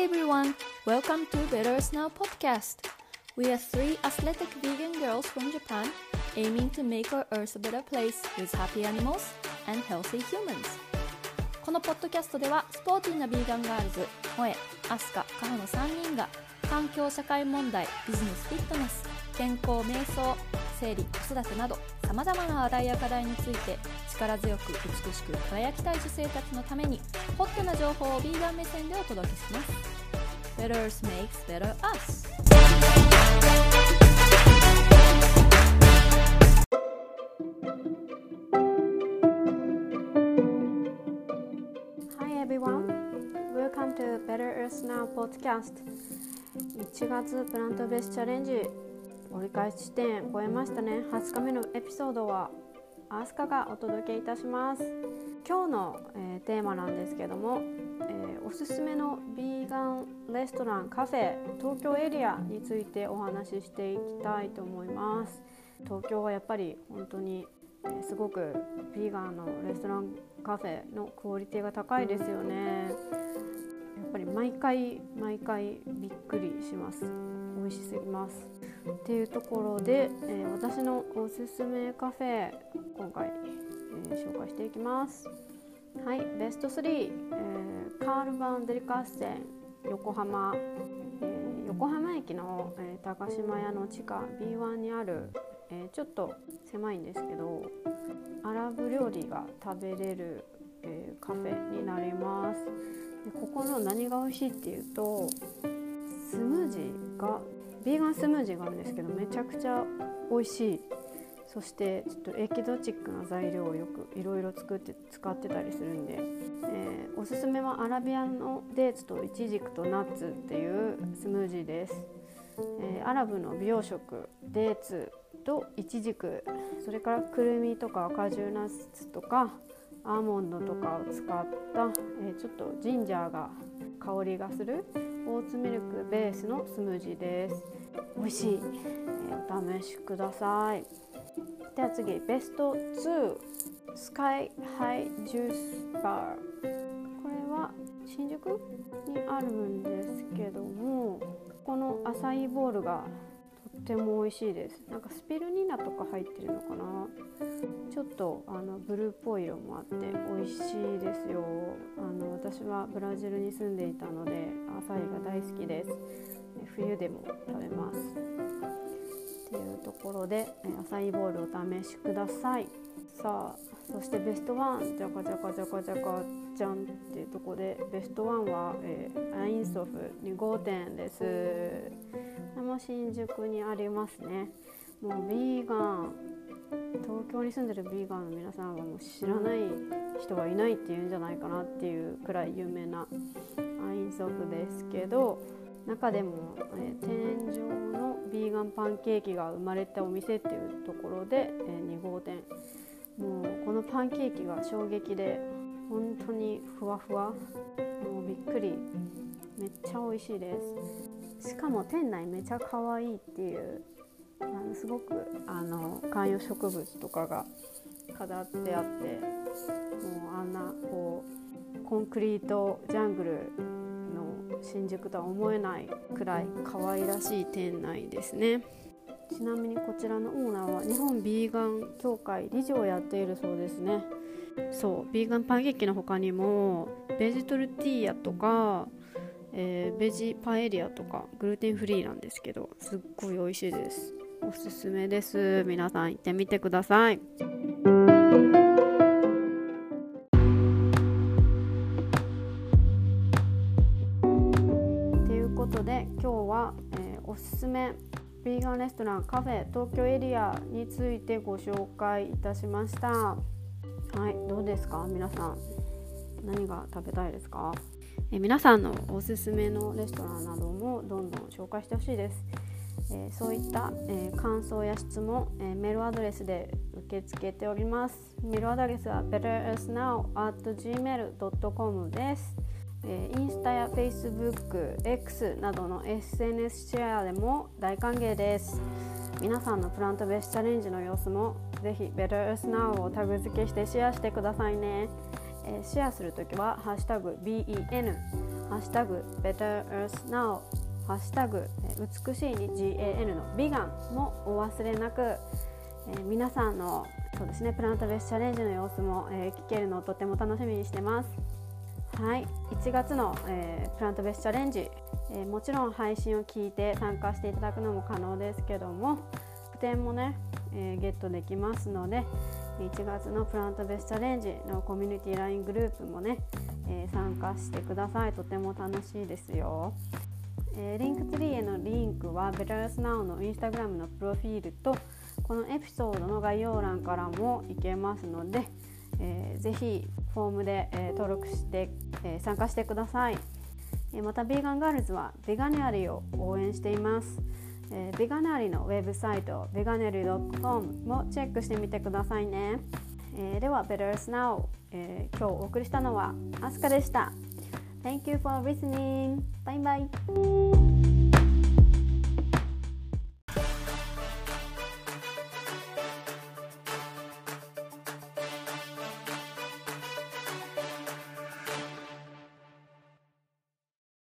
everyone, welcome to Better Earth Now podcast. We are three athletic vegan girls from Japan aiming to make our earth a better place with happy animals and healthy humans. このポッドキャストではスポーティーなビーガンガールズ、萌え、アスカ、カホの3人が環境社会問題、ビジネスフィットネス、健康瞑想、生理、子育てなどさまざまな話題や課題について力強く美しく輝きたい女性たちのためにホットな情報をビーガン目線でお届けします。 Better Earth makes better us. Hi everyone, welcome to Better Earth Now podcast. 1月プラントベースチャレンジ折り返し地点超えましたね。20日目のエピソードはアスカがお届けいたします。今日の、テーマなんですけども、おすすめのビーガンレストランカフェ東京エリアについてお話ししていきたいと思います。東京はやっぱり本当に、すごくビーガンのレストランカフェのクオリティが高いですよね。やっぱり毎回びっくりします。美味しすぎますっていうところで、私のおすすめカフェ今回、紹介していきます。はい、ベスト3、カールバンデリカッセン横浜、横浜駅の、高島屋の地下 B1 にある、ちょっと狭いんですけどアラブ料理が食べれる、カフェになります。でここの何が美味しいっていうとスムージーがビーガンスムージーがあるんですけどめちゃくちゃ美味しい。そしてちょっとエキゾチックな材料をよくいろいろ使ってたりするんで、おすすめはアラビアのデーツとイチジクとナッツっていうスムージーです。アラブの美容食デーツとイチジク、それからくるみとかカジューナッツとかアーモンドとかを使った、ちょっとジンジャーが香りがするオーツミルクベースのスムージーです。美味しい、お試しください。では次ベスト2スカイハイジュースバー。これは新宿にあるんですけどもこのアサイーボールがとっても美味しいです。なんかスピルニナとか入ってるのかな。ちょっとブルーっぽい色もあって美味しいですよ。私はブラジルに住んでいたのでアサイが大好きです。冬でも食べますっていうところでアサイーボールをお試しください。さあそしてベスト1じゃかじゃんっていうところでベスト1は、アインソフ2号店です。これも新宿にありますね。もうビーガン東京に住んでるビーガンの皆さんはもう知らない人はいないっていうんじゃないかなっていうくらい有名なアインソフですけど中でも、天井のビーガンパンケーキが生まれたお店っていうところで、2号店もうこのパンケーキが衝撃で本当にふわふわもうびっくりめっちゃ美味しいです。しかも店内めちゃ可愛いっていうすごく観葉植物とかが飾ってあってもうあんなこうコンクリートジャングルの新宿とは思えないくらい可愛らしい店内ですね。ちなみにこちらのオーナーは日本ビーガン協会理事をやっているそうですね。そうビーガンパンケーキの他にもベジトルティーヤとか、ベジパエリアとかグルテンフリーなんですけどすっごい美味しいです。おすすめです。皆さん行ってみてください。ということで今日は、おすすめビーガンレストランカフェ東京エリアについてご紹介いたしました。はい、どうですか皆さん何が食べたいですか？皆さんのおすすめのレストランなどもどんどん紹介してほしいです。そういった、感想や質問、メールアドレスで受け付けております。メールアドレスは betterearthnow@gmail.com です。インスタや Facebook、X などの SNS シェアでも大歓迎です。皆さんのプラントベースチャレンジの様子もぜひ Better Earth Now をタグ付けしてシェアしてくださいね。シェアするときはハッシュタグ BEN ハッシュタグ BetterEarthNow、ハッシュタグ美しいに GAN のビガンもお忘れなく、皆さんのそうですね、プラントベースチャレンジの様子も、聞けるのをとても楽しみにしてます。はい、1月の、プラントベースチャレンジ、もちろん配信を聞いて参加していただくのも可能ですけども、特典もね、ゲットできますので、1月のプラントベースチャレンジのコミュニティ LINE グループもね、参加してください。とても楽しいですよ。リンクツリーへのリンクは BetterEarthNow のインスタグラムのプロフィールとこのエピソードの概要欄からも行けますので、ぜひフォームで、登録して、参加してください。またビーガンガールズはビガネアリを応援しています。ビガネアリのウェブサイト veganery.com もチェックしてみてくださいね。では BetterEarthNow、今日お送りしたのはアスカでした。Thank you for listening. Bye bye.